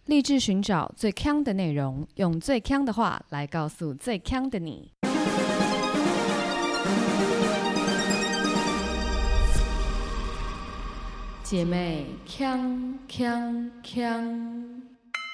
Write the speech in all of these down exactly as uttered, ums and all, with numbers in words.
立志寻找最强的内容，用最强的话来告诉最强的你。姐妹，强强强！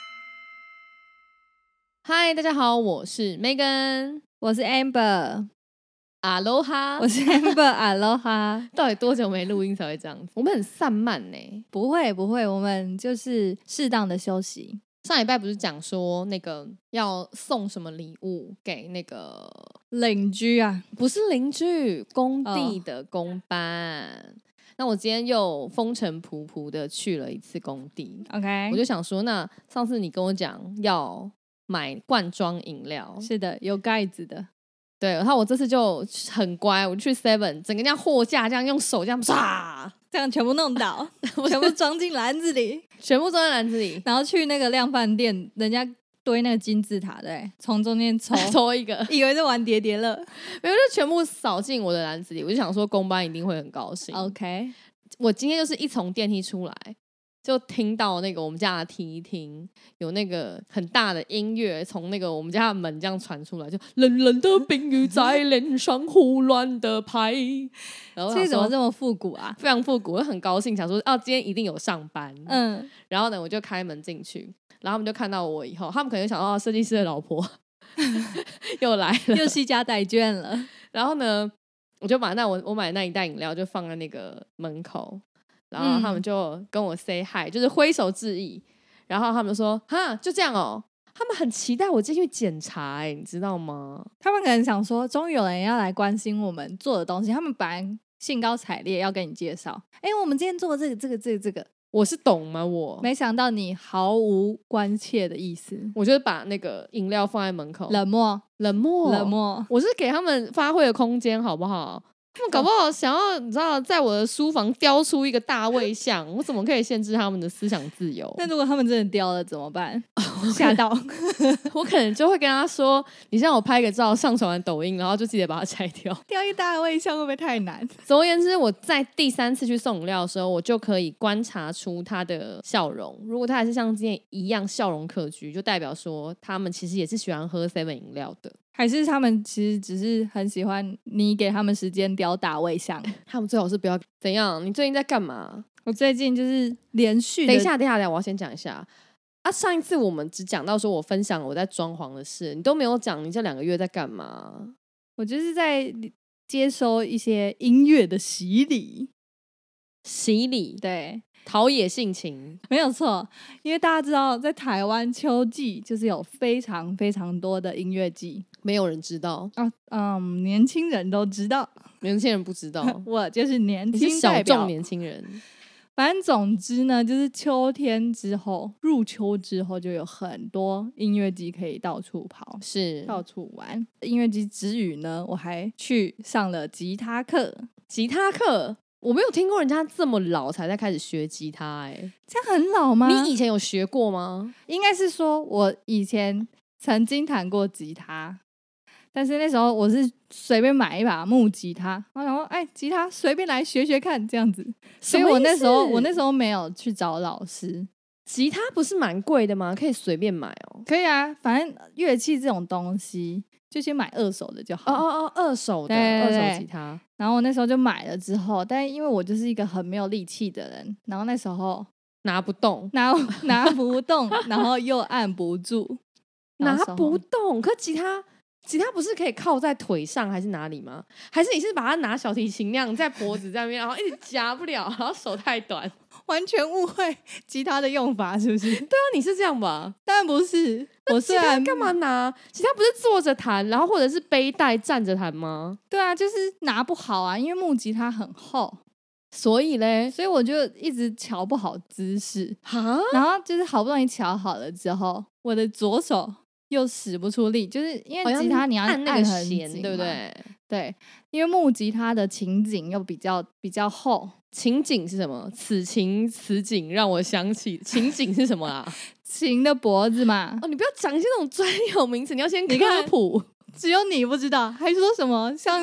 嗨，大家好，我是 Megan， 我是 Amber， 阿罗哈， 我是 Amber， 阿罗哈。 到底多久没录音才会这样子？我们很散漫呢、欸。 不会不会，我们就是适当的休息。 上礼拜不是讲说那个要送什么礼物给那个邻居啊？ 不是邻居，工地的工班。Oh. 那我今天又风尘仆仆的去了一次工地 ，OK， 我就想说，那上次你跟我讲要买罐装饮料， 是的，有盖子的。 对，然后我这次就很乖，我去 seven 整个这样货架这样用手这样唰， 这样全部弄倒，全部装进篮子里， 全部装在篮子里， 然后去那个量贩店，人家堆那个金字塔，对，从中间抽抽一个， 以为在玩叠叠乐， 没有，就全部扫进我的篮子里。我就想说，公班一定会很高兴。 OK， 我今天就是一从电梯出来，就听到那个我们家的梯厅有那个很大的音乐从那个我们家的门这样传出来，就冷冷的冰雨在脸上胡乱的拍。然后这怎么这么复古啊？ 非常复古，我很高兴，想说哦，今天一定有上班。嗯，然后呢，我就开门进去，然后他们就看到我以后，他们可能想到设计师的老婆又来了， 又惜家带眷了。 然后呢，我就把那我我买那一袋饮料就放在那个门口。然后他们就跟我 say hi，、嗯、就是挥手致意。然後他們說哈就這樣哦，他們很期待我進去檢查、欸、你知道嗎？ 他們可能想說終於有人要來關心我們做的東西，他們本來興高采烈要跟你介紹，哎，我們今天做的這個這個這個這個， 我是懂嗎？我沒想到你毫無關切的意思， 我就是把那個飲料放在門口， 冷漠冷漠冷漠， 我是給他們發揮的空間好不好？他們搞不好想要你知道在我的書房雕出一個大衛像，我怎麼可以限制他們的思想自由？ 那如果他們真的雕了怎麼辦？嚇到我可能就會跟他說，你讓我拍個照上傳完抖音，然後就記得把它拆掉。 雕一大衛像會不會太難？ 總而言之，我在第三次去送飲料的時候，我就可以觀察出他的笑容，如果他還是像今天一樣笑容可掬，就代表說他們其實也是喜歡喝 seven 飲料的， 還是他們其實只是很喜歡你給他們時間雕大衛像？ 他們最好是不要怎樣。你最近在幹嘛？ 我最近就是連續的。 等一下等一下等一下，我要先講一下啊。上一次我們只講到說我分享我在裝潢的事，你都沒有講你這兩個月在幹嘛。 我就是在接收一些音樂的洗禮。 洗禮， 對， 陶冶性情， 沒有錯。因為大家知道在台灣秋季就是有非常非常多的音樂季， 沒有人知道啊，嗯，年輕人都知道， 年輕人不知道。 我就是年輕代表， 你是小眾年輕人。 反正總之呢，就是秋天之後，入秋之後就有很多音樂季可以到處跑， 是到處玩。音樂季之餘呢，我還去上了吉他課。 吉他課，我沒有聽過人家這麼老才在開始學吉他、欸，哎， 這樣很老嗎？ 你以前有學過嗎？ 應該是說我以前曾經彈過吉他，但是那時候我是隨便買一把木吉他，然後哎，吉他隨便來學學看這樣子，所以我那時候我那時候沒有去找老師。 吉他不是蠻貴的嗎？可以隨便買哦。 可以啊，反正樂器這種東西就先買二手的就好。 哦哦哦，二手的，對對對，二手吉他。 然後我那時候就買了之後，但因為我就是一個很沒有力氣的人，然後那時候拿不動， 拿拿不動，然後又按不住， 拿不動。可吉他吉他不是可以靠在腿上還是哪裡嗎？還是你是把它拿小提琴那樣在脖子在那邊，然後一直夾不了，然後手太短？ 完全誤會吉他的用法是不是？對啊，你是這樣吧？ 當然不是。我吉他幹嘛拿？吉他不是坐着彈，然後或者是背帶站着彈嗎？ 對啊，就是拿不好啊，因為木吉他很厚， 所以咧， 所以我就一直喬不好姿勢哈， 然後就是好不容易喬好了之後，我的左手又使不出力，就是因為吉他你要按那個弦，對不對？ 對，因為木吉他的琴頸又比較比較厚。 琴頸是什麼？此情此景讓我想起琴頸是什麼啊？ 琴的脖子嘛。 哦，你不要講一些那種專有名詞，你要先科普。 只有你不知道，還說什麼像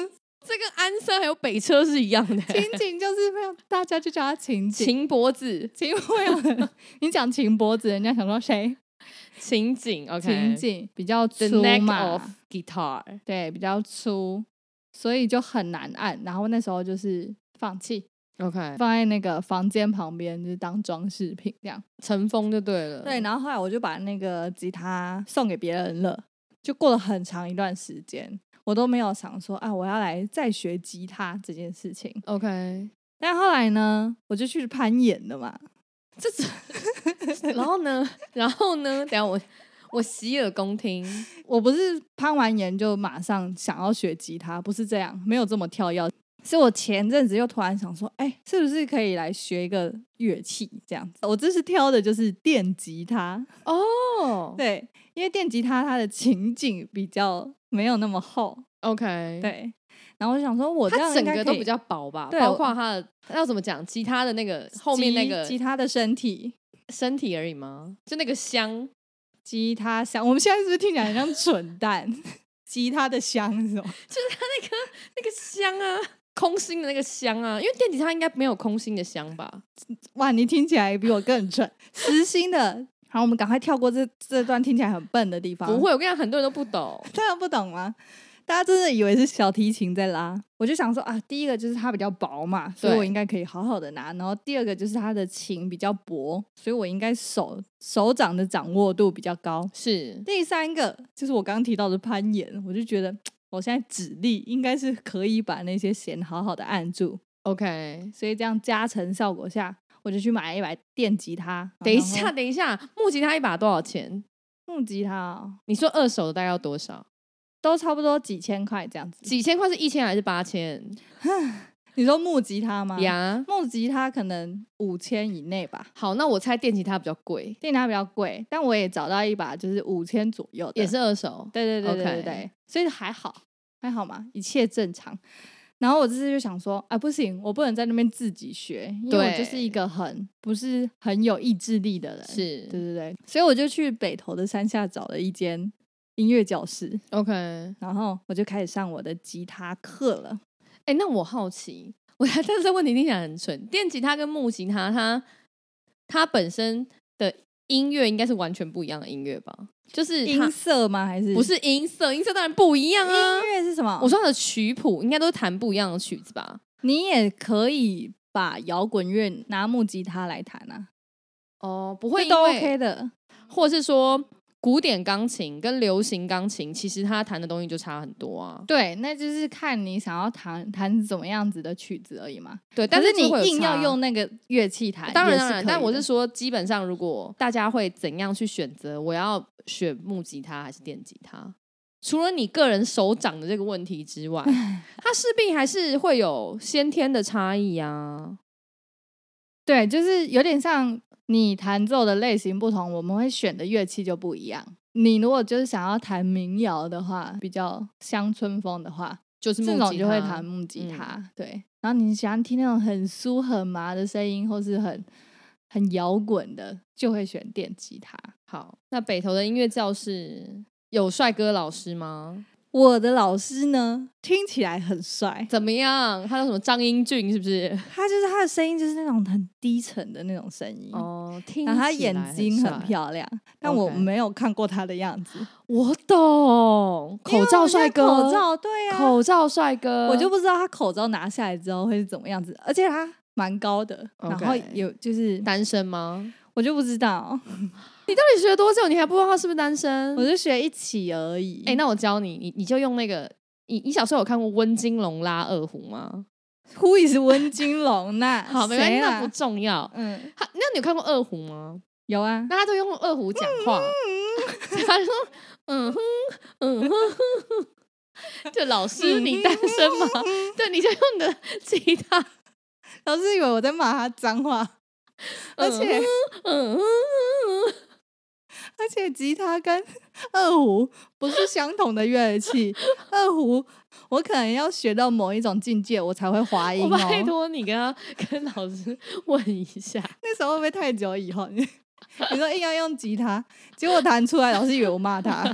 这跟安生还有北车是一样的、欸。 秦景就是没有，大家就叫他秦景。 秦脖子， 秦会有人，你讲秦脖子，人家想说谁？ 秦景 ，OK， 秦景比较 The 粗 neck 嘛 of guitar， 对，比较粗，所以就很难按。然后那时候就是放弃。 OK， 放在那个房间旁边，就是当装饰品这样。 尘封就对了。 对，然后后来我就把那个吉他送给别人了，就过了很长一段时间，我都没有想说啊，我要来再学吉他这件事情。 OK， 但后来呢，我就去攀岩了嘛。 这是，然后呢，然后呢，等一下我我洗耳恭听。 我不是攀完岩就马上想要学吉他，不是这样，没有这么跳跃。是我前阵子又突然想说，哎、欸，是不是可以来学一个乐器这样子？我这次挑的就是电吉他哦， 对，因为电吉他它的琴颈比较没有那么厚 ，OK， 对。然后我想说，我这样它整应该可以个都比较薄吧， 对包括它的要怎么讲，吉他的那个后面那个吉他的身体， 身体而已吗？就那个香， 吉他香。我们现在是不是听起来很像蠢蛋？吉他的香是什么？ 就是它那个那个香啊。空心的那个香啊，因为电吉他应该没有空心的香吧？ 哇，你听起来比我更蠢。实心的，好，我们赶快跳过这这段听起来很笨的地方。 不会，我跟你讲，很多人都不懂。 当然不懂吗？大家真的以为是小提琴在拉。我就想说啊，第一个就是它比较薄嘛，所以我应该可以好好的拿。然后第二个就是它的琴比较薄，所以我应该手手掌的掌握度比较高。 是。 第三个就是我刚刚提到的攀岩，我就觉得。我现在指力应该是可以把那些弦好好的按住 ，OK， 所以这样加成效果下，我就去买了一把电吉他。 等一下，等一下，木吉他一把多少钱？ 木吉他、哦， 你说二手的大概要多少？ 都差不多几千块这样子。 几千块是一千还是八千？ 你说木吉他吗？ 呀， 木吉他可能五千以内吧。 好，那我猜电吉他比较贵， 电吉他比较贵，但我也找到一把就是五千左右的， 也是二手。 对对对对对对， okay. 所以还好还好嘛，一切正常。然后我这次就想说，啊，不行，我不能在那边自己学，因为我就是一个很不是很有意志力的人。 是， 对对对，所以我就去北投的山下找了一间音乐教室 ，OK， 然后我就开始上我的吉他课了。 哎、欸，那我好奇，我但是这问题听起来很蠢。电吉他跟木吉他，它它本身的音乐应该是完全不一样的音乐吧？就是音色吗？还是不是音色？音色当然不一样啊。 音乐是什么？ 我说它的曲谱应该都是弹不一样的曲子吧？ 你也可以把摇滚乐拿木吉他来弹啊。 哦，不会， 都 OK 的， 或是说。古典钢琴跟流行钢琴，其实它弹的东西就差很多啊。 对，那就是看你想要弹弹怎么样子的曲子而已嘛。 对，但是你硬要用那个乐器弹， 当然当然，但我是说，基本上如果大家会怎样去选择，我要选木吉他还是电吉他？除了你个人手掌的这个问题之外，它势必还是会有先天的差异啊。 对，就是有点像。你弹奏的类型不同，我们会选的乐器就不一样。你如果就是想要弹民谣的话，比较乡村风的话， 就是木吉他， 这种就会弹木吉他、嗯。对，然后你喜欢听那种很酥很麻的声音，或是很很摇滚的，就会选电吉他。 好，那北投的音乐教室有帅哥老师吗？ 我的老师呢，听起来很帅。 怎么样？他叫什么？张英俊是不是？ 他就是他的声音就是那种很低沉的那种声音哦，听起来然后他眼睛很漂亮，但我没有看过他的样子。 我懂，口罩帅哥， 口罩对啊， 口罩帅哥， 我就不知道他口罩拿下来之后会是怎么样子，而且他蛮高的， okay. 然后有就是单身吗？ 我就不知道。 你到底学了多久？你还不知道他是不是单身？ 我就学一起而已。 哎、欸，那我教你，你你就用那个，你你小时候有看过温金龙拉二胡吗？ Who is 温金龙？那好，没关系，那不重要。嗯，他那你有看过二胡吗？ 有啊。 那他都用二胡讲话，嗯、他说嗯哼嗯哼哼，就老师你单身吗？对，你就用你的吉他。 老师以为我在骂他脏话，而且嗯。而且吉他跟二胡不是相同的乐器，二胡我可能要学到某一种境界，我才会滑音、哦。 我拜托你跟他跟老师问一下， 那时候会不会太久以后？你说硬要用吉他，结果弹出来，老师以为我骂他。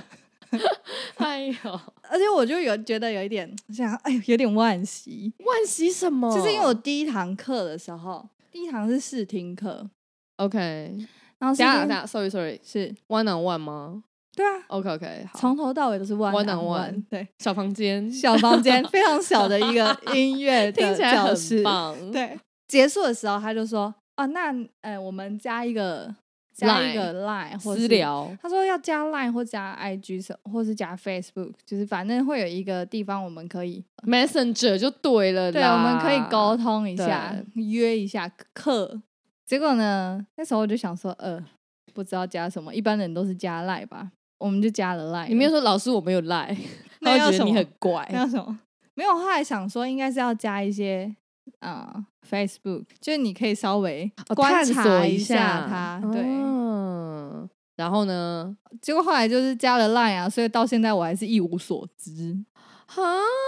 哎呦， 而且我就有觉得有一点想，哎呦，有点惋惜。 惋惜什么？ 就是因为我第一堂课的时候，第一堂是试听课 OK， 然后试听等一下等一下 ，sorry sorry， 是 one on one 吗对啊， ？OK OK， 好， 从头到尾都是 one One on on one， one 对， 小房间小房间非常小的一个音乐的听起来很教室， 棒。 对，结束的时候他就说，哦，那呃，我们加一个加一个 Line 或是私聊， 他说要加 Line 或加 I G 什或是加 Facebook， 就是反正会有一个地方我们可以 Messenger 就对了啦， 对，我们可以沟通一下，约一下课。结果呢，那时候我就想说，呃，不知道加什么，一般人都是加 Line 吧，我们就加了 Line。 你没有说老师我没有 Line， 他会觉得你很怪。 那要什么？没有，后来想说应该是要加一些呃 Facebook， 就是你可以稍微观察一下它。 哦、 对、 嗯，然后呢？ 结果后来就是加了 Line 啊，所以到现在我还是一无所知。 哈，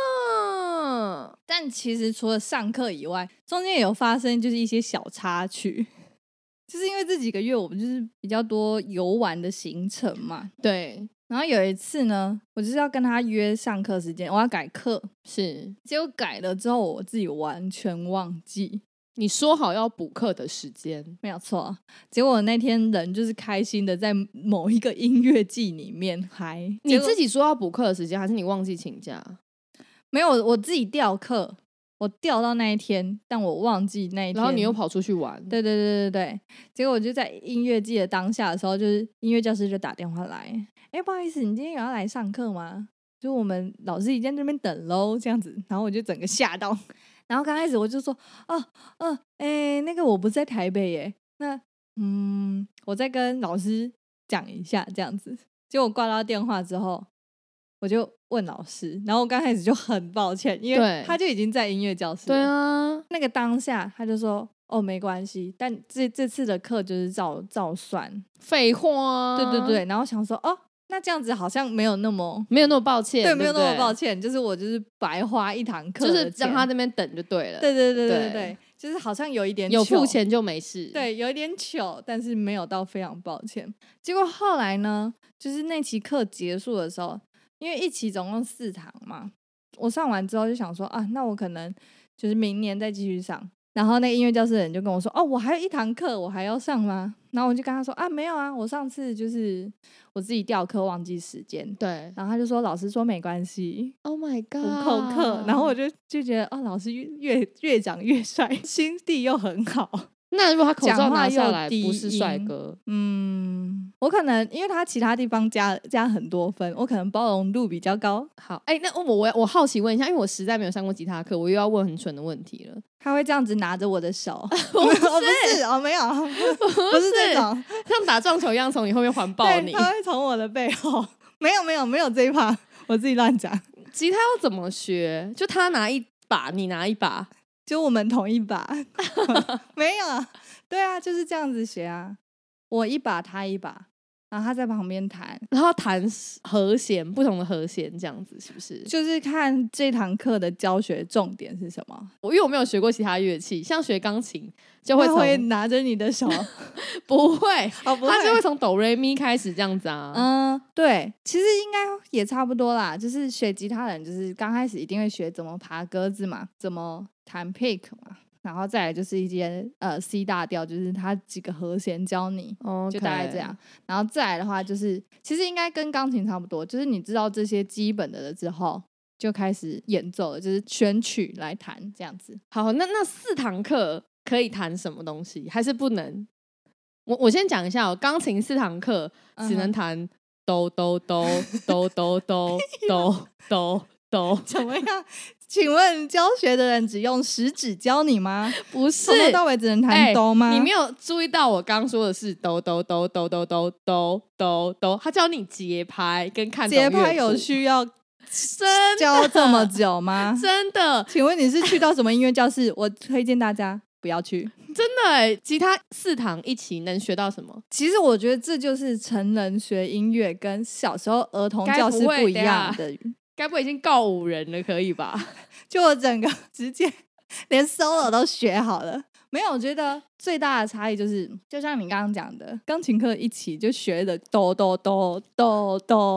但其实除了上课以外，中间也有发生就是一些小插曲。就是因为这几个月我们就是比较多游玩的行程嘛， 对。 然后有一次呢，我就是要跟他约上课时间，我要改课， 是， 结果改了之后我自己完全忘记。 你说好要补课的时间， 没有错。结果我那天人就是开心的在某一个音乐季里面嗨。 你自己说要补课的时间，还是你忘记请假？ 没有，我自己调课。我调到那一天，但我忘记那一天， 然后你又跑出去玩。 对对对对对，结果我就在音乐季的当下的时候，就是音乐教师就打电话来，哎，不好意思，你今天有要来上课吗？就我们老师已经在那边等喽，这样子。然后我就整个吓到，然后刚开始我就说，哦，嗯、呃，哎，那个我不是在台北耶，那嗯，我再跟老师讲一下这样子。结果挂到电话之后，我就问老师，然后我刚开始就很抱歉，因为他就已经在音乐教室了。 对啊， 那个当下他就说：“哦，没关系，但这这次的课就是照照算。” 废话， 对对对。然后想说：“哦，那这样子好像没有那么没有那么抱歉， 对， 对没有那么抱歉，就是我就是白花一堂课， 就是让他这边等就对了。 对对对对对对，就是好像有一点有付钱就没事， 对，有一点糗，但是没有到非常抱歉。结果后来呢，就是那期课结束的时候。”因为一期总共四堂嘛，我上完之后就想说啊，那我可能就是明年再继续上。然后那个音乐教室的人就跟我说，哦，我还有一堂课，我还要上吗？然后我就跟他说啊，没有啊，我上次就是我自己调课忘记时间。 对， 然后他就说老师说没关系 ，Oh my god， 不扣课。然后我就就觉得哦，老师越越越长越帅，心地又很好。 那如果他口罩拿下来不是帅哥， 嗯，我可能因为他其他地方加加很多分，我可能包容度比较高。 好，哎、欸，那我我我好奇问一下，因为我实在没有上过吉他课，我又要问很蠢的问题了。 他会这样子拿着我的手， 不是， 哦、不是哦，没有，不是, 不是这种， 像打撞球一样从你后面环抱你。 他会从我的背后，没有没有没有这一趴，我自己乱讲。 吉他要怎么学？就他拿一把，你拿一把。 就我们同一把，没有啊，对啊，就是这样子学啊，我一把他一把，然后他在旁边弹， 然后弹和弦，不同的和弦，这样子是不是？ 就是看这堂课的教学重点是什么。 我因为我没有学过其他乐器，像学钢琴就会从会拿着你的手， 不会， 哦，不会， 他就会从哆来咪开始这样子啊。 嗯，对，其实应该也差不多啦，就是学吉他人，就是刚开始一定会学怎么爬格子嘛，怎么弹 pick 嘛，然后再来就是一些呃 C 大调，就是它几个和弦教你， okay. 就大概这样。然后再来的话，就是其实应该跟钢琴差不多，就是你知道这些基本的了之后，就开始演奏了，就是选曲来弹这样子。 好，那那四堂课可以弹什么东西，还是不能？我我先讲一下哦，钢琴四堂课只能弹哆哆哆哆哆哆哆哆哆， 怎么样？请问教学的人只用食指教你吗？ 不是， 从头到尾只能弹哆吗、 欸？你没有注意到我刚说的是哆哆哆哆哆哆哆哆哆，他教你节拍跟看节拍有需要真教这么久吗？ 真的？ 请问你是去到什么音乐教室？我推荐大家不要去。 真的哎，吉他四堂一起能学到什么？ 其实我觉得这就是成人学音乐跟小时候儿童教室不一样的。 该不会已经告五人了？可以吧？ 就我整个直接连 solo 都学好了。没有，我觉得最大的差异就是，就像你刚刚讲的，钢琴课一起就学的哆哆哆哆哆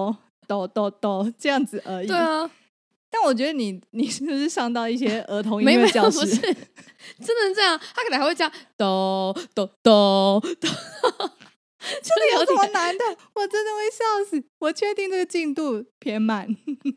哆哆哆这样子而已。 对啊， 但我觉得你你是不是上到一些儿童音没有乐教室？ 不是真的这样，他可能还会这样哆哆哆哆， 这个有什么难的？我真的会笑死。我确定这个进度偏慢。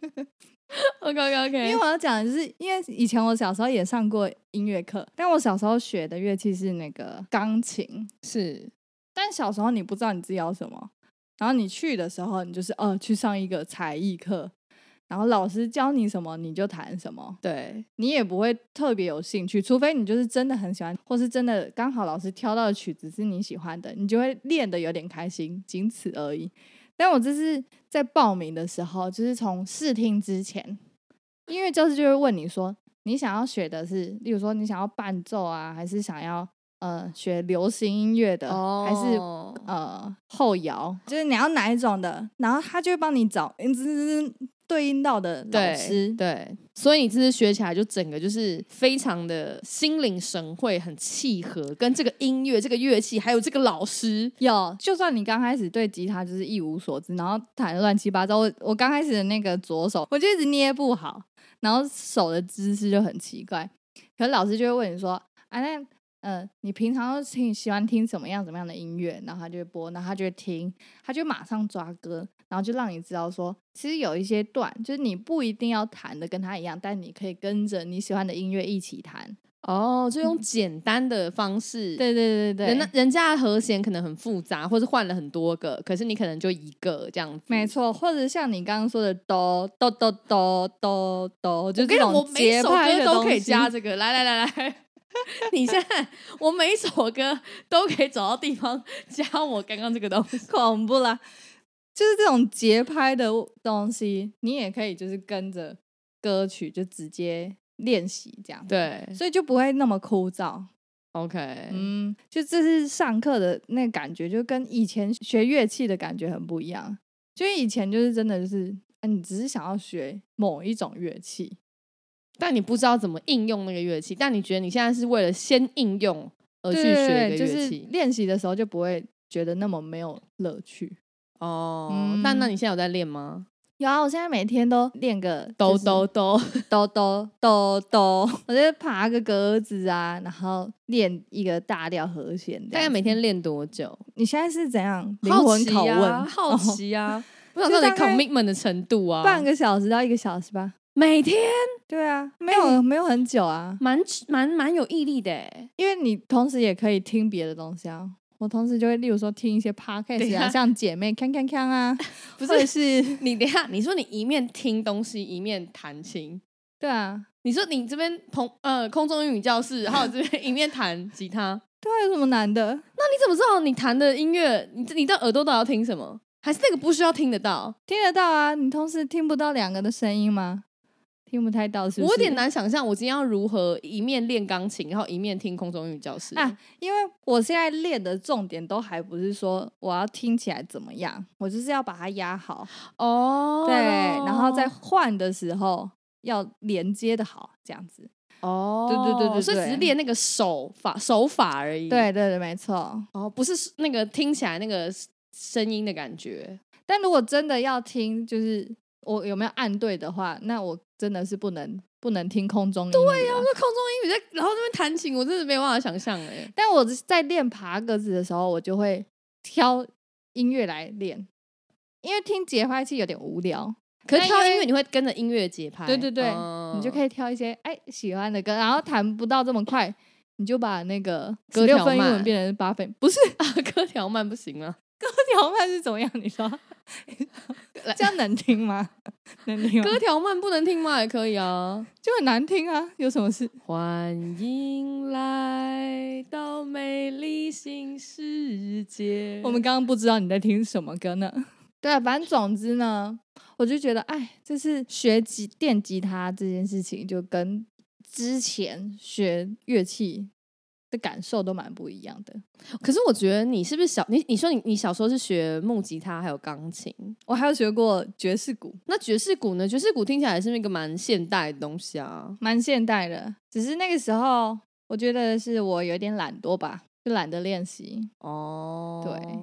OK OK 因 OK， 为我要讲的就是，因为以前我小时候也上过音乐课，但我小时候学的乐器是那个钢琴。 是， 但小时候你不知道你自己要什么，然后你去的时候，你就是呃去上一个才艺课，然后老师教你什么你就弹什么， 对， 你也不会特别有兴趣，除非你就是真的很喜欢，或是真的刚好老师挑到的曲子是你喜欢的，你就会练得有点开心，仅此而已。但我这是在报名的时候，就是从试听之前，音乐教师就会问你说，你想要学的是，例如说你想要伴奏啊，还是想要呃学流行音乐的， 哦还是呃后摇，就是你要哪一种的，然后他就会帮你找嗯滋滋滋对应到的老对师。 对，所以你这次学起来就整个就是非常的心领神会，很契合，跟这个音乐、这个乐器，还有这个老师。 有，就算你刚开始对吉他就是一无所知，然后弹得乱七八糟，我我刚开始的那个左手，我就一直捏不好，然后手的姿势就很奇怪。可是老师就会问你说，啊，那呃，你平常都听喜欢听什么样什么样的音乐？然后他就会播，然后他就会听，他就马上抓歌，然后就让你知道说，其实有一些段，就是你不一定要弹的跟他一样，但你可以跟着你喜欢的音乐一起弹。 哦，就用简单的方式， 对对对对对， 人人家的和弦可能很复杂，或是换了很多个，可是你可能就一个这样子。 没错，或者像你刚刚说的哆哆哆哆哆哆，就我跟你讲， 是这种我每一首节拍歌都可以的东西加这个。来来来来，你现在我每一首歌都可以找到地方加我刚刚这个东西。 恐怖啦！就是这种节拍的东西，你也可以就是跟着歌曲就直接练习这样， 对所以就不会那么枯燥。 ，OK， 嗯，就这是上课的那个感觉，就跟以前学乐器的感觉很不一样。就以前就是真的就是，啊，你只是想要学某一种乐器， 但你不知道怎么应用那个乐器，但你觉得你现在是为了先应用而去对对学一个对就是乐器。 练习的时候就不会觉得那么没有乐趣。 哦， 嗯但那你现在有在练吗？ 有啊，我现在每天都练个哆就是哆哆， 哆哆哆哆，我就爬个格子啊，然后练一个大调和弦。 大概每天练多久？ 你现在是怎样？灵好奇魂拷问， 啊，好哦奇啊！我想知道你就大概 commitment 的程度啊。 半个小时到一个小时吧。 每天对啊，没有、 哎没有很久啊， 蛮蛮蛮有毅力的欸。 因为你同时也可以听别的东西啊。我同时就会，例如说听一些 podcast 啊， 等一下像姐妹锵锵锵啊， 不或者是是你等一下，你说你一面听东西一面弹琴， 对啊， 你说你这边同呃空中英语教室，然后我这边一面弹吉他， 对啊，有什么难的？ 那你怎么知道你弹的音乐，你你的耳朵到底要听什么？还是那个不需要听得到？ 听得到啊，你同时听不到两个的声音吗？听不太到是不是？ 我有点难想象，我今天要如何一面练钢琴，然后一面听空中英语教室啊，因为我现在练的重点都还不是说我要听起来怎么样，我就是要把它压好， 哦， 对，然后在换的时候要连接的好，这样子。 哦， 对对对对所以只是对练那个手法手法而已。 对对对，没错。 哦，不是那个听起来那个声音的感觉。 但如果真的要听，就是我有没有按对的话，那我真的是不能不能听空中音语、啊。 对呀、那空中英语在，然后这边弹琴，我真的没有办法想象哎。 但我在练爬格子的时候，我就会挑音乐来练，因为听节拍器有点无聊。 可是但因为跳音乐你会跟着音乐节拍， 对对对， 哦你就可以挑一些哎喜欢的歌，然后弹不到这么快，你就把那个歌十六分英调慢文变成八分，不是啊，歌调慢不行吗？ 歌调慢是怎么样？你说这样能听吗？能听吗？ 歌调慢不能听吗？也可以啊。 就很难听啊，有什么事？ 欢迎来到美丽新世界。 我们刚刚不知道你在听什么歌呢？对啊，反正总之呢，我就觉得，哎，这是学吉电吉他这件事情，就跟之前学乐器的感受都蛮不一样的。 可是我觉得你是不是小你你说你你小时候是学木吉他还有钢琴， 我还有学过爵士鼓， 那爵士鼓呢？爵士鼓听起来是一个蛮现代的东西啊。 蛮现代的，只是那个时候我觉得是我有点懒惰吧，就懒得练习。 哦， 对。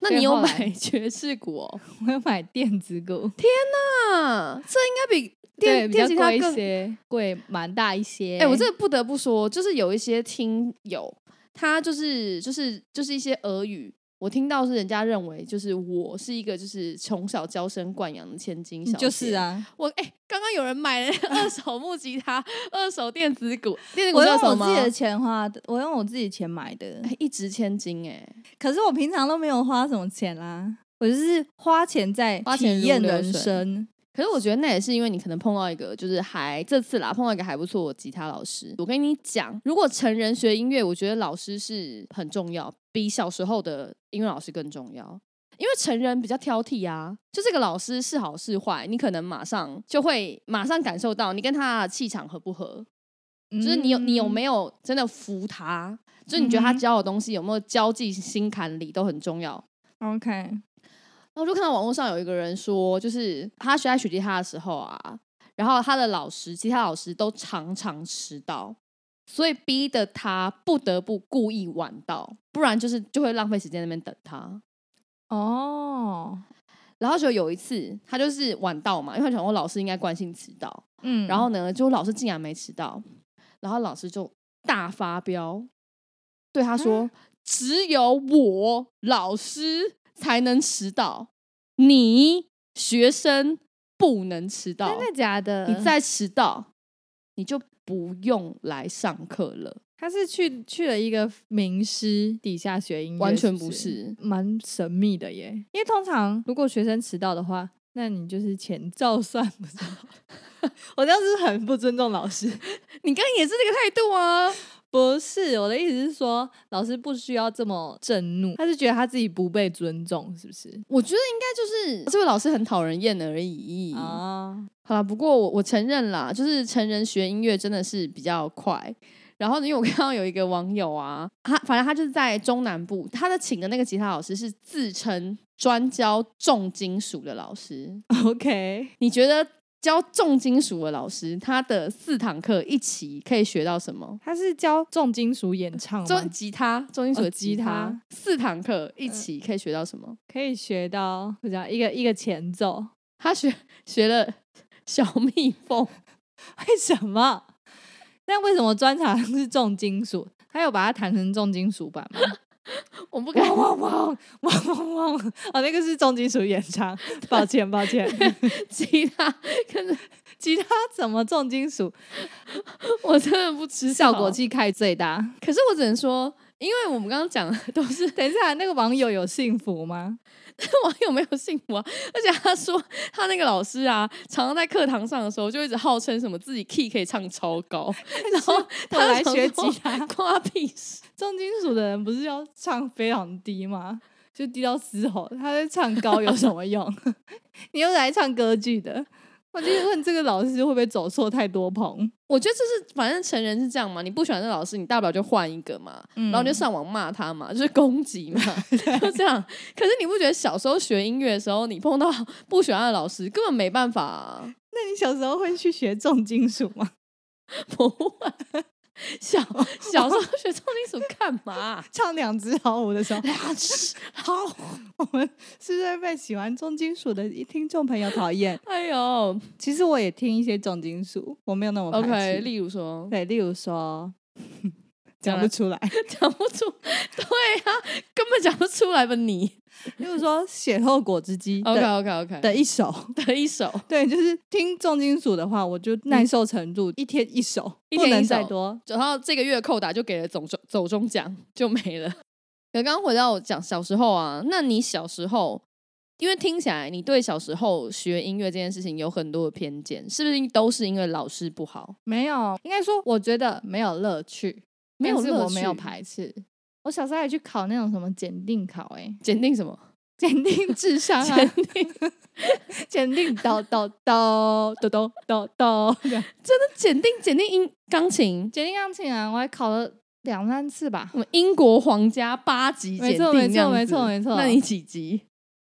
那你有所以后来买爵士鼓哦？ 我有买电子鼓， 啊，这应该比电对，比较贵一电吉他更些，贵蛮大一些。 哎、我这个不得不说，就是有一些听友，他就是就是就是一些俄语，我听到是人家认为就是我是一个就是从小娇生惯养的千金小姐， 就是啊， 我哎，刚、刚有人买了二手木吉他、二手电子鼓，电子鼓我知道什么吗？ 用我自己的钱花的，我用我自己钱买的。 哎一掷千金哎、 可是我平常都没有花什么钱啦，我就是花钱在花钱体验人如流水生。 可是我觉得那也是因为你可能碰到一个，就是还这次啦碰到一个还不错的吉他老师。我跟你讲，如果成人学音乐，我觉得老师是很重要，比小时候的音乐老师更重要。因为成人比较挑剔啊，就这个老师是好是坏，你可能马上就会马上感受到你跟他的气场合不合，就是你有你有没有真的服他，就是你觉得他教的东西有没有交际心坎里都很重要。 OK， 然后我就看到网络上有一个人说，就是他学在学吉他的时候啊，然后他的老师吉他老师都常常迟到，所以逼得他不得不故意晚到，不然就是就会浪费时间在那边等他。 哦， 然后就有一次他就是晚到嘛，因为他想说老师应该惯性迟到， 嗯， 然后呢，就老师竟然没迟到，然后老师就大发飙，对他说：“只有我老师才能迟到，你学生不能迟到。 真的假的？ 你再迟到，你就不用来上课了。” 他是去去了一个名师底下学音乐， 完全不是不是是， 蛮神秘的耶。因为通常如果学生迟到的话，那你就是钱照算，不是吗？我这样是很不尊重老师。 你刚刚也是这个态度啊。 不是，我的意思是说，老师不需要这么震怒，他是觉得他自己不被尊重，是不是？ 我觉得应该就是这位老师很讨人厌而已啊， 好啦，不过我我承认啦，就是成人学音乐真的是比较快。然后呢，因为我看到有一个网友啊，他反正他就是在中南部，他的请的那个吉他老师是自称专教重金属的老师。 OK， 你觉得教重金属的老师，他的四堂课一起可以学到什么？ 他是教重金属演唱吗？ 重吉他，重金属的哦吉他， 吉他四堂课一起可以学到什么？ 可以学到，我讲一个一个前奏。 他学学了小蜜蜂， 为什么？那为什么专长是重金属？他有把它弹成重金属版吗？ 我不敢汪汪汪汪汪汪！哦，那个是重金属演唱，抱歉抱歉。 吉他，可是吉他怎么重金属？ 我真的不知道效果器开最大。 可是我只能说，因为我们刚刚讲的都是等一下，那个网友有幸福吗？ 网友没有幸福啊，而且他说他那个老师啊，常常在课堂上的时候就一直号称什么自己 key 可以唱超高，然后我来学吉他， 关他屁事。 重金属的人不是要唱非常低吗？就低到嘶吼，他在唱高有什么用？你又来唱歌剧的，我就问这个老师会不会走错太多棚？ 我觉得这是反正成人是这样嘛，你不喜欢这老师，你大不了就换一个嘛， 嗯然后你就上网骂他嘛，就是攻击嘛，就这样。可是你不觉得小时候学音乐的时候，你碰到不喜欢的老师，根本没办法啊？ 那你小时候会去学重金属吗？ 不会。小小时候学重金属干嘛？ 唱两只老虎的时候， 好， 我们是不是被喜欢重金属的听众朋友讨厌？ 哎呦其实我也听一些重金属，我没有那么排斥。 ，OK，例如说， 对，例如说讲不出来， 讲不出，对啊，根本讲不出来吧你例如说血肉果汁机的 ？OK OK OK 的一首， 的一首， 对，就是听重金属的话，我就耐受程度一天一首， 一天一首不能再多。 然后这个月扣打就给了总中走中奖就没了。可刚刚回到我讲小时候啊，那你小时候，因为听起来你对小时候学音乐这件事情有很多的偏见，是不是都是因为老师不好？ 没有，应该说我觉得没有乐趣， 没有乐但是我没有趣排斥。我小时候还去考那种什么检定考、欸，哎， 检定什么？ 检定智商啊， 检定检定叨叨叨叨叨叨叨， 真的检定检定音钢琴， 检定钢琴啊，我还考了两三次吧。 我们英国皇家八级检定没错没错这样子没错没错那你几级？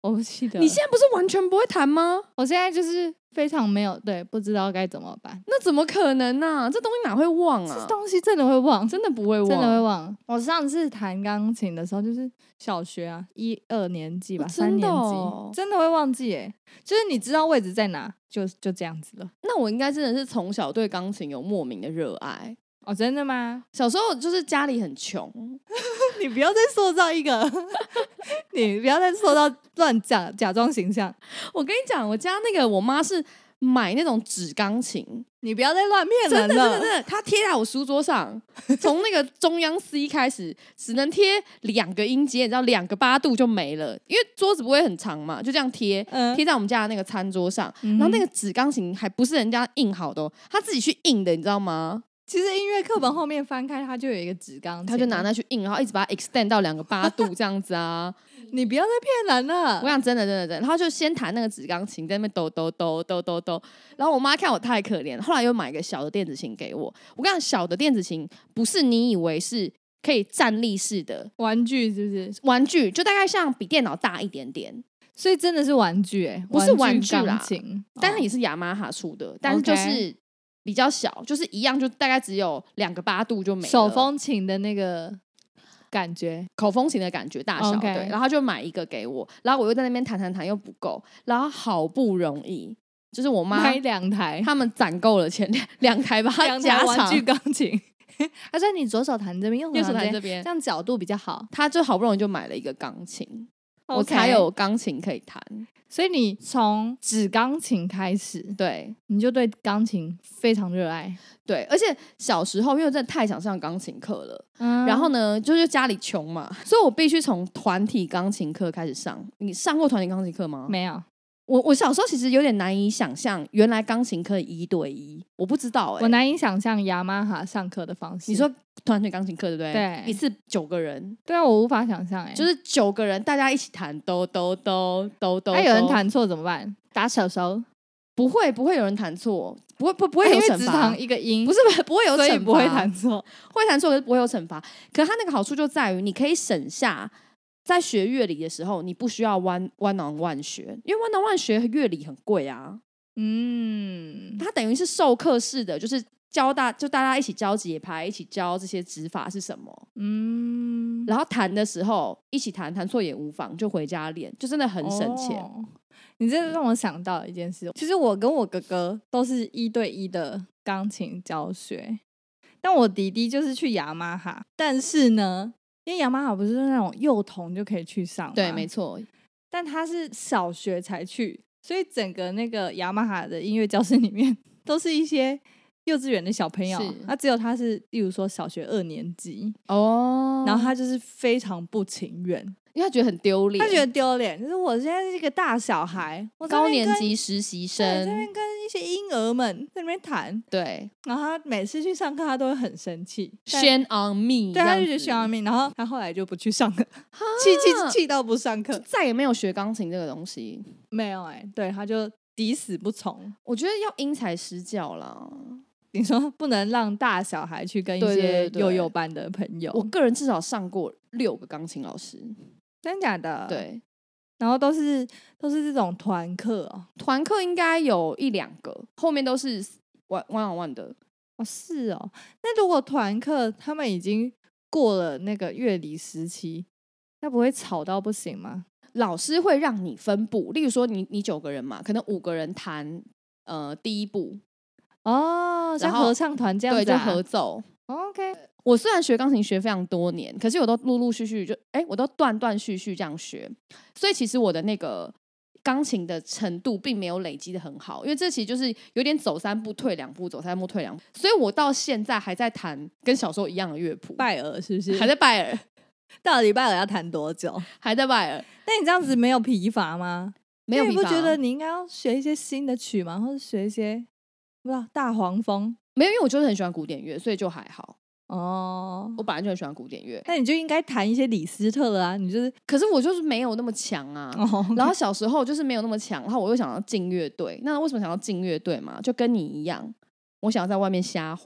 我不记得。 你现在不是完全不会弹吗？ 我现在就是非常没有对，不知道该怎么办。 那怎么可能呢、啊？这东西哪会忘啊？ 这东西真的会忘， 真的不会忘， 真的会忘。我上次弹钢琴的时候，就是小学啊，一二年级吧， 哦三年级， 真的哦真的会忘记哎、就是你知道位置在哪，就就这样子了。 那我应该真的是从小对钢琴有莫名的热爱。 哦，真的吗？ 小时候就是家里很穷， 你不要再塑造一个，你不要再塑造乱假假装形象。 我跟你讲，我家那个我妈是买那种纸钢琴， 你不要再乱骗真的真人了。 的真的，她贴在我书桌上，从那个中央 C 开始，只能贴两个音阶，你知道，两个八度就没了，因为桌子不会很长嘛，就这样贴， 嗯贴在我们家的那个餐桌上。 嗯哼然后那个纸钢琴还不是人家印好的、哦，她自己去印的，你知道吗？ 其实音乐课本后面翻开，它就有一个纸钢琴， 她就拿那去印，然后一直把它 extend 到两个八度这样子啊。 你不要再骗人了。 我想真的真的真的，然后就先弹那个纸钢琴，在那边抖抖抖抖抖抖，然后我妈看我太可怜了，后来又买一个小的电子琴给我。我跟你讲，小的电子琴不是你以为是可以站立式的玩具是不是？ 玩具，就大概像比电脑大一点点， 所以真的是玩具哎、欸， 不是玩具啦钢琴， 但是也哦是雅马哈出的，但是就是比较小，就是一样，就大概只有两个八度就没了。 手风琴的那个感觉。 口风琴的感觉大小 OK 对，然后他就买一个给我，然后我又在那边弹弹弹又不够，然后好不容易就是我妈买两台， 他们攒够了钱，两两台把它两台加长， 玩具钢琴。他说你左手弹这边，右右手手弹这弹这边这样角度比较好。 他就好不容易就买了一个钢琴，我 OK 才有钢琴可以弹。 所以你从纸钢琴开始， 对你就对钢琴非常热爱。 对，而且小时候因为我真的太想上钢琴课了， 嗯然后呢，就是家里穷嘛，所以我必须从团体钢琴课开始上。你上过团体钢琴课吗？ 没有， 我我小时候其实有点难以想象，原来钢琴可以一对一，我不知道哎、 我难以想象雅马哈上课的方式。 你说团体钢琴课对不对？ 对一次九个人， 对啊，我无法想象哎、 就是九个人，大家一起弹，哆哆哆哆哆。 那、有人弹错怎么办？打手手， 不会不会有人弹错，不会不不会因为有惩罚只弹，一个音， 不是不不会有惩罚， 所以不会弹错。 会弹错，可是不会有惩罚。可是它那个好处就在于，你可以省下在学乐理的时候，你不需要 one one on one 学，因为 one on one 学乐理很贵啊。 嗯， 它等于是授课式的，就是教大就大家一起教节拍，一起教这些指法是什么。 嗯， 然后弹的时候一起弹，弹错也无妨，就回家练，就真的很省钱。 哦你这让我想到一件事，其实我跟我哥哥都是一对一的钢琴教学，但我弟弟就是去雅马哈，但是呢，因为雅马哈不是那种幼童就可以去上吗， 对，没错。 但他是小学才去，所以整个那个雅马哈的音乐教室里面都是一些幼稚园的小朋友是， 他只有他是，例如说小学二年级， 哦， 然后他就是非常不情愿， 因为他觉得很丢脸， 他觉得丢脸，就是我现在是一个大小孩，我在那高年边跟级实习对在那生， 边跟一些婴儿们在那边谈， 对然后他每次去上课，他都会很生气。但 ，shame on me， 对，他就觉得这样子喜欢命，然后他后来就不去上课，气气气到不上课， 再也没有学钢琴这个东西。 没有哎、对，他就抵死不从。 我觉得要因材施教啦。 你说不能让大小孩去跟一对对些对对幼幼班的朋友， 我个人至少上过六个钢琴老师， 真假的？， 对， 然后都是都是这种团课哦。 团课应该有一两个，后面都是 one one on one 的。 哦，是哦。那如果团课他们已经过了那个乐理时期，那不会吵到不行吗？ 老师会让你分部，例如说你你九个人嘛，可能五个人弹呃第一部， 哦，像然后合唱团这样对， 子、 就啊， 合奏。 OK， 我虽然学钢琴学非常多年，可是我都陆陆续续就哎，我都断断续续这样学，所以其实我的那个钢琴的程度并没有累积的很好，因为这其实就是有点走三步退两步，走三步退两步，所以我到现在还在弹跟小时候一样的乐谱， 拜耳是不是？ 还在拜耳， 到底拜耳要弹多久？ 还在拜耳， 那你这样子没有疲乏吗？因为没有疲乏。 你不觉得你应该要学一些新的曲吗？或者学一些不知道大黄蜂没有，因为我就是很喜欢古典乐，所以就还好。 哦？ 我本来就很喜欢古典乐， 那你就应该弹一些李斯特了啊！你就是可是我就是没有那么强啊。 哦， 然后小时候就是没有那么强，然后我又想要进乐队。那为什么想要进乐队嘛？就跟你一样，我想要在外面瞎晃，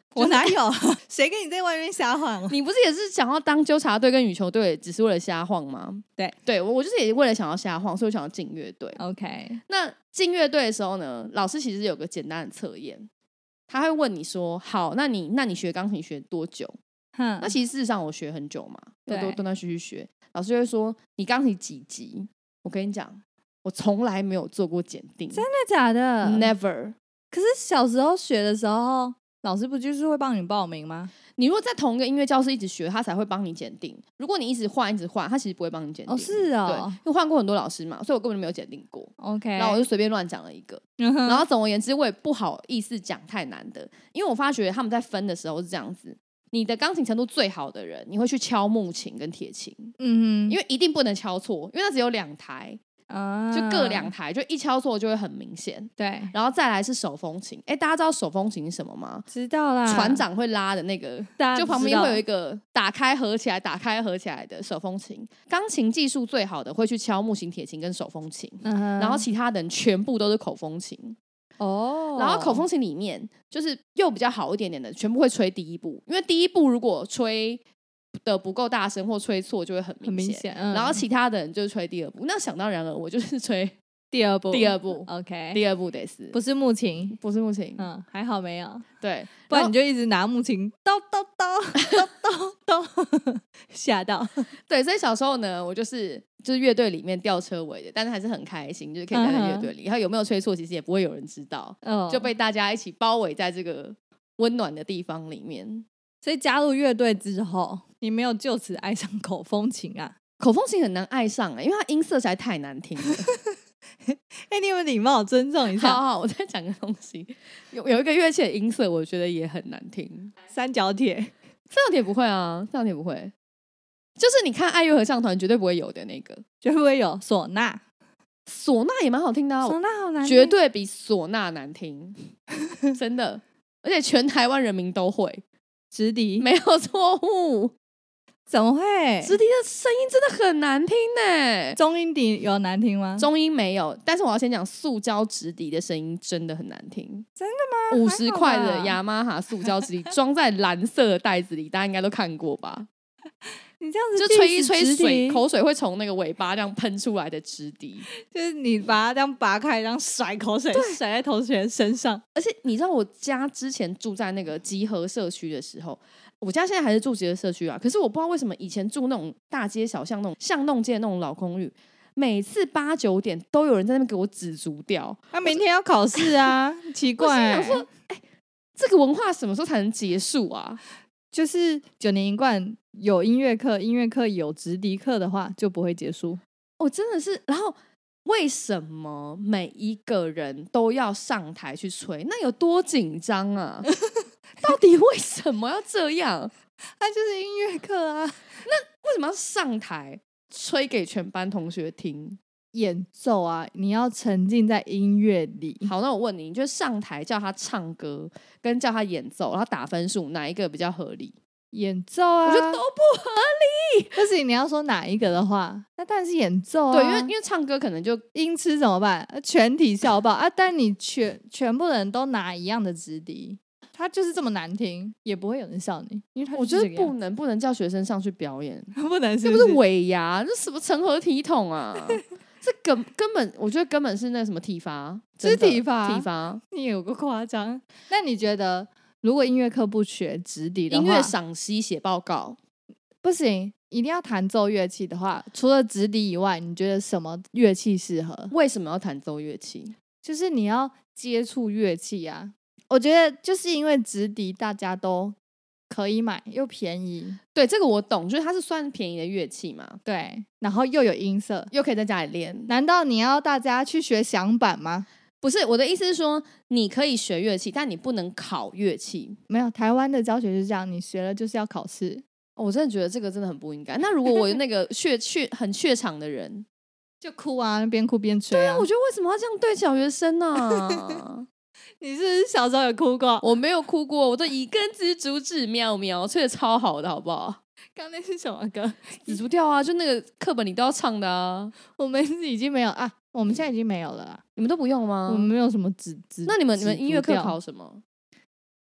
我哪有？谁跟你在外面瞎晃？ 你不是也是想要当纠察队跟羽球队，只是为了瞎晃吗？ 对， 对我我就是也为了想要瞎晃，所以我想要进乐队。 OK， 那进乐队的时候呢，老师其实有个简单的测验，他会问你说：“好，那你那你学钢琴学多久？” 哼， 那其实事实上我学很久嘛，我对都断断续续学。老师就会说：“你钢琴几级？”我跟你讲，我从来没有做过检定， 真的假的 ？Never。 可是小时候学的时候，老师不就是会帮你报名吗？ 你如果在同一个音乐教室一直学，他才会帮你检定。如果你一直换一直换，他其实不会帮你检定。 哦，是对， 哦因为换过很多老师嘛，所以我根本就没有检定过。 ，OK， 然后我就随便乱讲了一个， 嗯哼然后总而言之，我也不好意思讲太难的，因为我发觉他们在分的时候是这样子：你的钢琴程度最好的人，你会去敲木琴跟铁琴， 嗯哼， 因为一定不能敲错，因为它只有两台， 啊就各两台，就一敲错就会很明显。 对， 然后再来是手风琴，哎，大家知道手风琴是什么吗？ 知道啦， 船长会拉的那个， 大家就旁知道边会有一个打开合起来、打开合起来的手风琴。钢琴技术最好的会去敲木琴、铁琴跟手风琴， 嗯哼， 然后其他的人全部都是口风琴。 哦， 然后口风琴里面就是又比较好一点点的，全部会吹第一步，因为第一步如果吹的不够大声或吹错，就会很很明显。 明显，嗯然后其他的人就是吹第二步，那想当然了，我就是吹第二步， 第二步， ，OK， 第二步得是不是木琴， 不是木琴？ 嗯，还好没有， 对， 不然后你就一直拿木琴叨叨叨叨叨叨，吓到， 对，所以小时候呢，我就是就是乐队里面吊车尾的，但是还是很开心，就是可以待在乐队里。然后有没有吹错，其实也不会有人知道， 嗯， 就被大家一起包围在这个温暖的地方里面。 所以加入乐队之后，你没有就此爱上口风琴啊？ 口风琴很难爱上哎、欸，因为它音色实在太难听了。 哎、你有没有礼貌，尊重一下？ 好好，我再讲个东西，有有一个乐器的音色，我觉得也很难听。 三角铁， 三角铁不会啊，三角铁不会，就是你看爱乐合唱团绝对不会有的那个。 就会不会有唢呐？ 唢呐也蛮好听的、啊， 唢呐好难听， 绝对比唢呐难听，真的，而且全台湾人民都会， 直笛没有错误。 怎么会？ 直笛的声音真的很难听呢。 中音笛有难听吗？ 中音没有，但是我要先讲塑胶直笛的声音真的很难听。 真的吗？ 五十块还好吧的雅马哈塑胶直笛装在蓝色的袋子里，大家应该都看过吧？ 你这样子就吹一 diss 吹直笛水，口水会从那个尾巴这样喷出来的直笛。 就是你把它这样拔开，这样甩口水甩在同学身上。 而且你知道我家之前住在那个集合社区的时候，我家现在还是住集合社区啊，可是我不知道为什么以前住那种大街小巷那种巷弄街的那种老公寓，每次八九点都有人在那边给我指足掉。 他、明天要考试啊，奇怪、 我心想说，哎、这个文化什么时候才能结束啊？ 就是九年一贯有音乐课，音乐课有直笛课的话，就不会结束。 哦，真的是，然后为什么每一个人都要上台去吹？那有多紧张啊？到底为什么要这样？ 那就是音乐课啊， 为什么要上台吹给全班同学听？ 演奏啊，你要沉浸在音乐里。 好，那我问你，你觉得上台叫他唱歌跟叫他演奏，然后打分数，哪一个比较合理？ 演奏啊， 我觉得都不合理。 不是你要说哪一个的话，那当然是演奏啊。 对，因为因为唱歌可能就音痴怎么办？全体笑爆啊！但你全全部人都拿一样的直笛，他就是这么难听，也不会有人笑你，因为他我觉得不就是这个样能不能叫学生上去表演， 不能是这不是尾牙，这什么成何体统啊？这根根本，我觉得根本是那什么体罚， 是真的体罚体罚。 你有个夸张。那你觉得，如果音乐课不学直笛的话， 音乐赏析写报告， 不行，一定要弹奏乐器的话，除了直笛以外，你觉得什么乐器适合？ 为什么要弹奏乐器？ 就是你要接触乐器啊。我觉得就是因为直笛大家都可以买，又便宜， 对，这个我懂，就是它是算便宜的乐器嘛， 对，然后又有音色。 又可以在家里练。 难道你要大家去学响板吗？ 不是，我的意思是说，你可以学乐器，但你不能考乐器。 没有，台湾的教学是这样，你学了就是要考试。 哦我真的觉得这个真的很不应该。那如果我有那个怯怯很怯场的人， 就哭啊，边哭边吹啊。 我觉得为什么要这样对小学生呢、 你是不是小时候有哭过？ 我没有哭过，我都一根枝竹指喵喵，吹的超好的，好不好？ 刚那是什么歌？ 紫竹调啊，就那个课本里都要唱的啊。 我们已经没有啊，我们现在已经没有了啦。 你们都不用吗？ 我们没有什么指指。 那你们你们指音乐课足调考什么？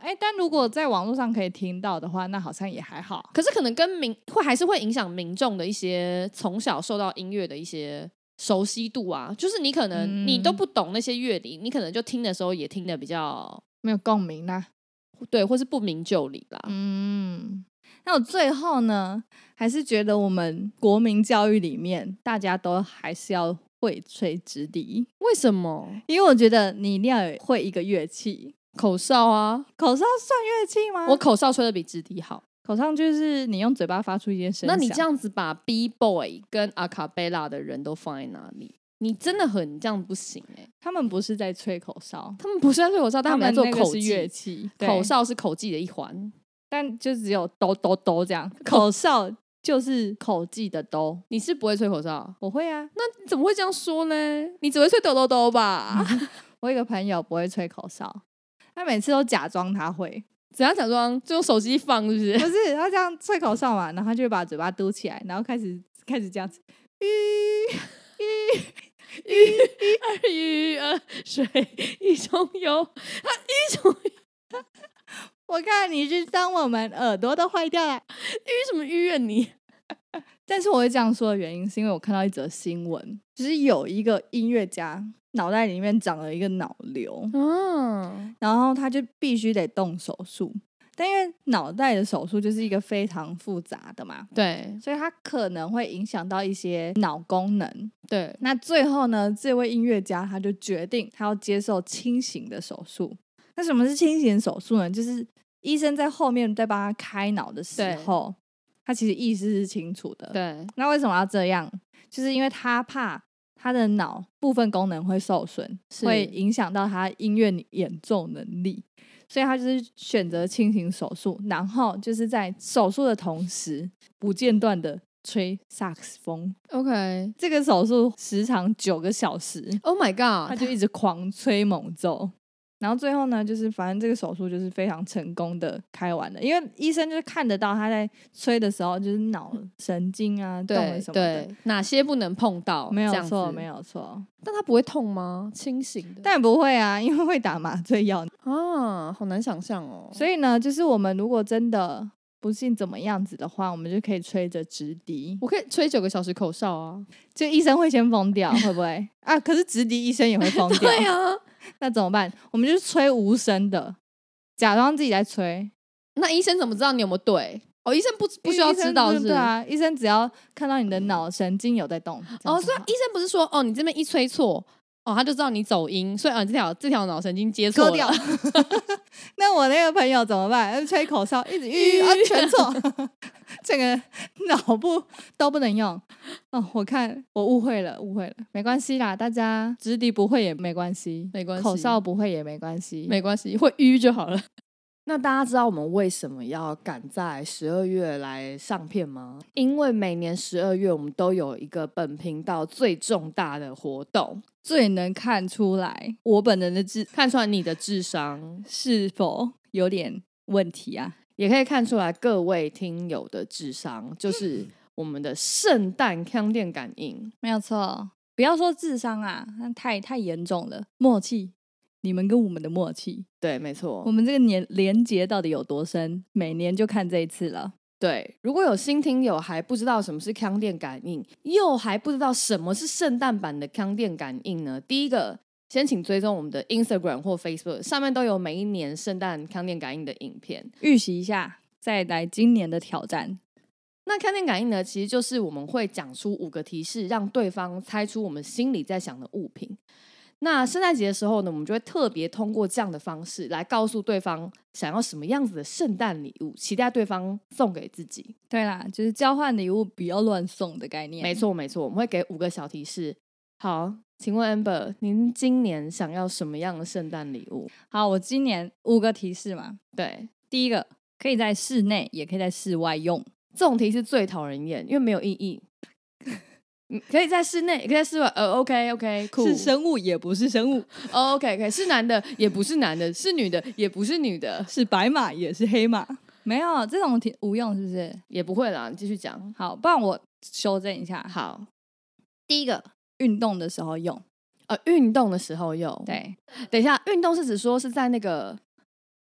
哎，但如果在网络上可以听到的话，那好像也还好。 可是可能跟民会还是会影响民众的一些从小受到音乐的一些熟悉度啊，就是你可能、嗯、你都不懂那些乐理，你可能就听的时候也听得比较没有共鸣啦， 对，或是不明就里啦。 嗯，那我最后呢，还是觉得我们国民教育里面，大家都还是要会吹直笛。 为什么？ 因为我觉得你一定要会一个乐器， 口哨啊。 口哨算乐器吗？ 我口哨吹的比直笛好。 口哨就是你用嘴巴发出一些声响。 那你这样子把 B-boy 跟阿卡贝拉的人都放在哪里？你真的很这样不行哎、欸！ 他们不是在吹口哨， 他们不是在吹口哨，但他们在做口技乐器。 口哨是口技的一环， 但就只有哆哆哆这样。口哨就是口技的哆。 你是不会吹口哨？ 我会啊。 那你怎么会这样说呢？你只会吹哆哆哆吧？ 我有一个朋友不会吹口哨，他每次都假装他会。 怎样假装？就用手机放是不是？ 不是，他这样吹口哨嘛，然后他就会把嘴巴嘟起来，然后开始开始这样子，吁吁吁二鱼二水一中游，他一中游。 我看你是当我们耳朵都坏掉了， 吁什么吁啊你？ 但是我会这样说的原因，是因为我看到一则新闻，就是有一个音乐家脑袋里面长了一个脑瘤，嗯，然后他就必须得动手术，但因为脑袋的手术就是一个非常复杂的嘛， 对， 所以他可能会影响到一些脑功能， 对。 那最后呢，这位音乐家他就决定他要接受轻型的手术。那什么是轻型手术呢？就是医生在后面在帮他开脑的时候，他其实意识是清楚的。 对， 那为什么要这样？就是因为他怕他的脑部分功能会受损，会影响到他音乐演奏能力，所以他就是选择轻型手术，然后就是在手术的同时不间断的吹萨克斯风。 OK， 这个手术时长九个小时。 Oh my god， 他就一直狂吹猛奏，然后最后呢，就是反正这个手术就是非常成功的开完了，因为医生就是看得到他在吹的时候，就是脑神经啊动了什么的， 对，哪些不能碰到， 没有错，没有错。 但他不会痛吗？清醒的？ 但不会啊，因为会打麻醉药啊，好难想象哦。 所以呢，就是我们如果真的不幸怎么样子的话，我们就可以吹着直笛。 我可以吹九个小时口哨啊， 就医生会先疯掉，会不会啊？可是直笛医生也会疯掉。 对啊， 那怎么办？我们就吹无声的，假装自己在吹。 那医生怎么知道你有没有对？哦，医生不不需要知道是不是？ 对啊，医生只要看到你的脑神经有在动。 哦，所以医生不是说哦，你这边一吹错。哦，他就知道你走音，所以啊，这条这条脑神经接错了。 掉那我那个朋友怎么办？吹口哨，一直吁，啊，全错，这个脑部都不能用。哦，我看我误会了，误会了，没关系啦，大家直笛不会也没关系， 没关系， 口哨不会也没关系， 没关系，会吁就好了。那大家知道我们为什么要赶在十二月来上片吗？因为每年十二月我们都有一个本频道最重大的活动， 最能看出来我本人的智， 看出来你的智商是否有点问题啊， 也可以看出来各位听友的智商，就是我们的圣诞腔电感应。 没有错，不要说智商啊，那太太严重了，默契。你们跟我们的默契， 对，没错， 我们这个年连结到底有多深？每年就看这一次了。 对，如果有新听友还不知道什么是腔电感应，又还不知道什么是圣诞版的腔电感应呢？第一个，先请追踪我们的 Instagram 或 Facebook， 上面都有每一年圣诞腔电感应的影片， 预习一下，再来今年的挑战。 那腔电感应呢，其实就是我们会讲出五个提示，让对方猜出我们心里在想的物品。那圣诞节的时候呢，我们就会特别通过这样的方式来告诉对方想要什么样子的圣诞礼物，期待对方送给自己。 对啦，就是交换礼物不要乱送的概念。 没错没错，我们会给五个小提示。好，请问 Amber， 您今年想要什么样的圣诞礼物？ 好，我今年五个提示嘛。 对， 第一个可以在室内也可以在室外用， 这种提示最讨人厌，因为没有意义。可以在室内，也可以在室外。呃 ，OK OK， 酷、cool。 是生物也不是生物。 哦、OK OK， 是男的也不是男的，是女的也不是女的， 是白马也是黑马。没有这种题无用，是不是？ 也不会啦，你继续讲。 好，不然我修正一下。 好， 第一个，运动的时候用。 呃，运动的时候用。 对， 等一下，运动是指说是在那个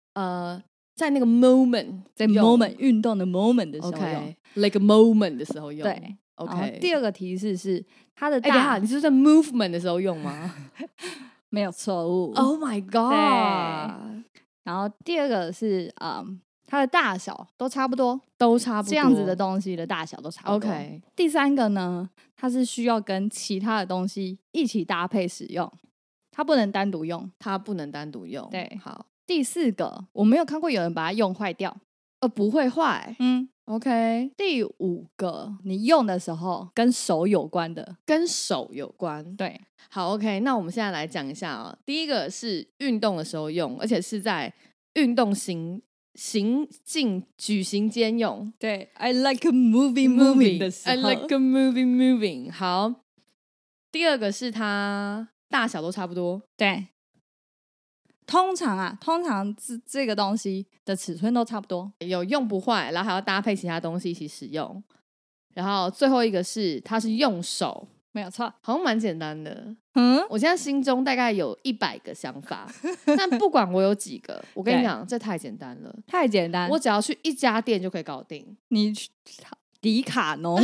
呃，在那个 moment， 在用 moment 运动的 moment 的时候用。 OK，like a moment 的时候用。 对 ，OK。 然后第二个提示是它的哎，等一大， 下，你是在 movement 的时候用吗没有错误。 ？Oh my god！ 然后第二个是嗯，它的大小都差不多， 都差不多这样子的东西的大小都差不多。 OK。 第三个呢，它是需要跟其他的东西一起搭配使用，它不能单独用。 它不能单独用。 对， 好， 第四个我没有看过有人把它用坏掉。 呃，不会坏。 嗯， OK。 第五个你用的时候跟手有关的。 跟手有关。 对， 好 OK， 那我们现在来讲一下啊、哦。第一个是运动的时候用，而且是在运动行行进举行间用。 对 I like a movie moving 的时候 I like a movie moving。 好，第二个是它大小都差不多。 对，通常啊，通常这这个东西的尺寸都差不多。 有用不坏，然后还要搭配其他东西一起使用。然后最后一个是它是用手， 没有错。 好像蛮简单的。 嗯， 我现在心中大概有一百个想法，但不管我有几个，我跟你对讲，这太简单了， 太简单。 我只要去一家店就可以搞定。 你去迪卡侬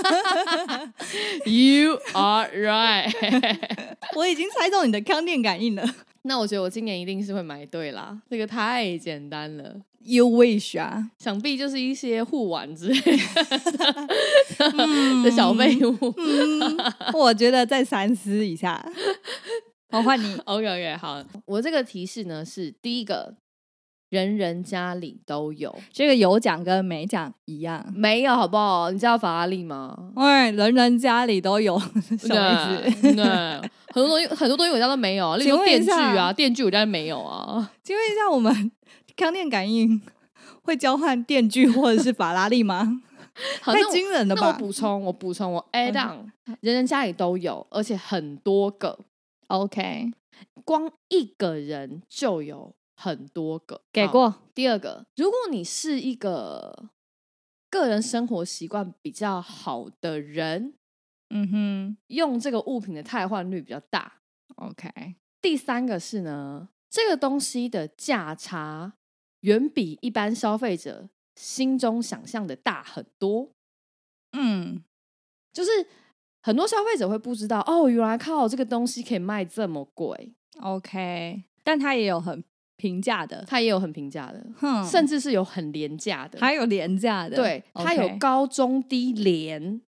You are right 我已经猜中你的康电感应了。 那我觉得我今年一定是会买对啦，这个太简单了。 You wish 啊， 想必就是一些护腕之类的的小废物。 嗯，我觉得再三思一下。好，换你。 OK OK， 好，我这个提示呢是第一个，人人家里都有。 这个有奖跟没奖一样。 没有好不好？你知道法拉利吗？ 哎，人人家里都有，什么意思？ 对，很多东西很多东西我家都没有啊，例如电锯啊，电锯我家没有啊。 请问一下，我们康电感应会交换电锯或者是法拉利吗？太惊人了吧！ 那我补充，我补充，我 add on，、嗯、人人家里都有，而且很多个。 OK， 光一个人就有很多个。 给过。 第二个，如果你是一个个人生活习惯比较好的人， 嗯哼， 用这个物品的汰换率比较大。 OK。 第三个是呢，这个东西的价差远比一般消费者心中想象的大很多。 嗯， 就是很多消费者会不知道，哦，原来靠这个东西可以卖这么贵。 OK， 但它也有很平价的， 它也有很平价的， 哼， 甚至是有很廉价的， 还有廉价的。 对，它有高中低廉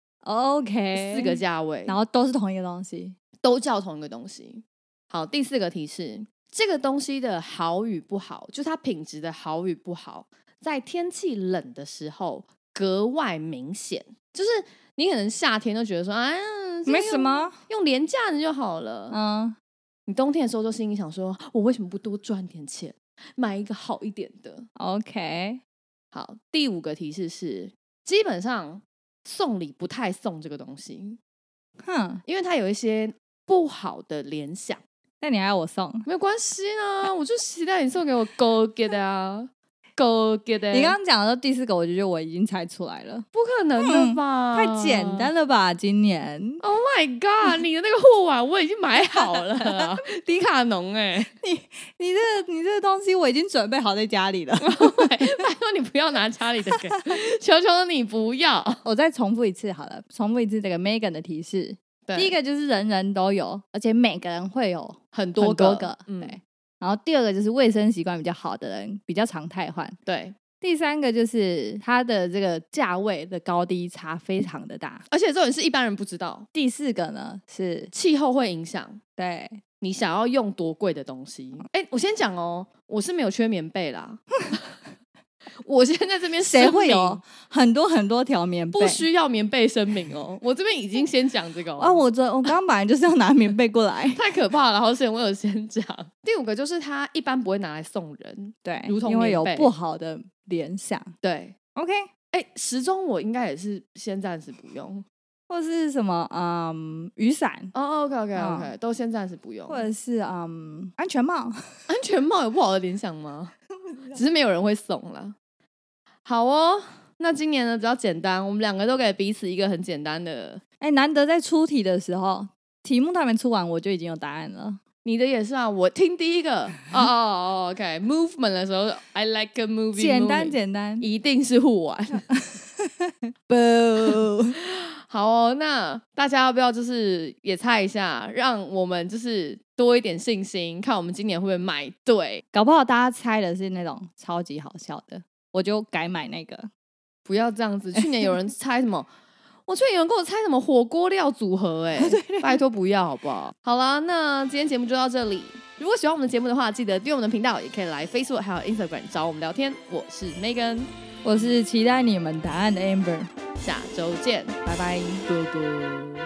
OK 四个价位， 然后都是同一个东西， 都叫同一个东西。好，第四个提示，这个东西的好与不好，就是它品质的好与不好，在天气冷的时候格外明显。就是你可能夏天都觉得说，哎呀， 没什么， 用廉价的就好了。嗯，你冬天的时候就心里想说，我为什么不多赚点钱，买一个好一点的 ？OK， 好，第五个提示是，基本上送礼不太送这个东西，哼，因为它有一些不好的联想。 那你还要我送？ 没有关系啊，我就期待你送给我 Go Get 啊 ，Go Get。 你刚刚讲的第四个，我就觉得我已经猜出来了， 不可能的吧？ 嗯、太简单了吧？今年 ，Oh my God！ 你的那个护腕我已经买好了、啊，迪卡侬哎、欸， 你你这你这个东西我已经准备好在家里了， 拜托你不要拿家里的给，求求你不要。 我再重复一次好了，重复一次这个 Megan 的提示。第一个就是人人都有，而且每个人会有很多个， 很多个嗯、对。然后第二个就是卫生习惯比较好的人比较常汰换， 对。 第三个就是它的这个价位的高低差非常的大， 而且这种是一般人不知道。 第四个呢是气候会影响， 对你想要用多贵的东西。哎、欸，我先讲哦，我是没有缺棉被啦。我现在这边谁会有很多很多条棉被？ 不需要棉被声明哦。我这边已经先讲这个哦。 啊，我这我刚刚本来就是要拿棉被过来， 太可怕了。好险我有先讲。第五个就是它一般不会拿来送人， 对， 如同因为有不好的联想。 对 ，OK， 哎、欸，时钟我应该也是先暂时不用， 或是什么嗯雨伞哦 ，OK OK OK，、嗯、都先暂时不用， 或者是嗯安全帽， 安全帽有不好的联想吗？只是没有人会送啦。好哦，那今年呢比较简单，我们两个都给彼此一个很简单的。 哎、欸，难得在出题的时候，题目都还没出完，我就已经有答案了。 你的也是啊，我听第一个哦哦哦 OK movement 的时候 I like a movie 简单 movie, 简单， 一定是护腕不， 好哦，那大家要不要就是也猜一下，让我们就是多一点信心，看我们今年会不会买对？ 搞不好大家猜的是那种超级好笑的，我就改买那个。 不要这样子，去年有人猜什么？我去年有人跟我猜什么火锅料组合、欸，哎，拜托不要好不好？好啦，那今天节目就到这里。如果喜欢我们的节目的话，记得订阅我们的频道，也可以来 Facebook 还有 Instagram 找我们聊天。我是 Megan， 我是期待你们答案的 Amber， 下周见， 拜拜。 拜拜。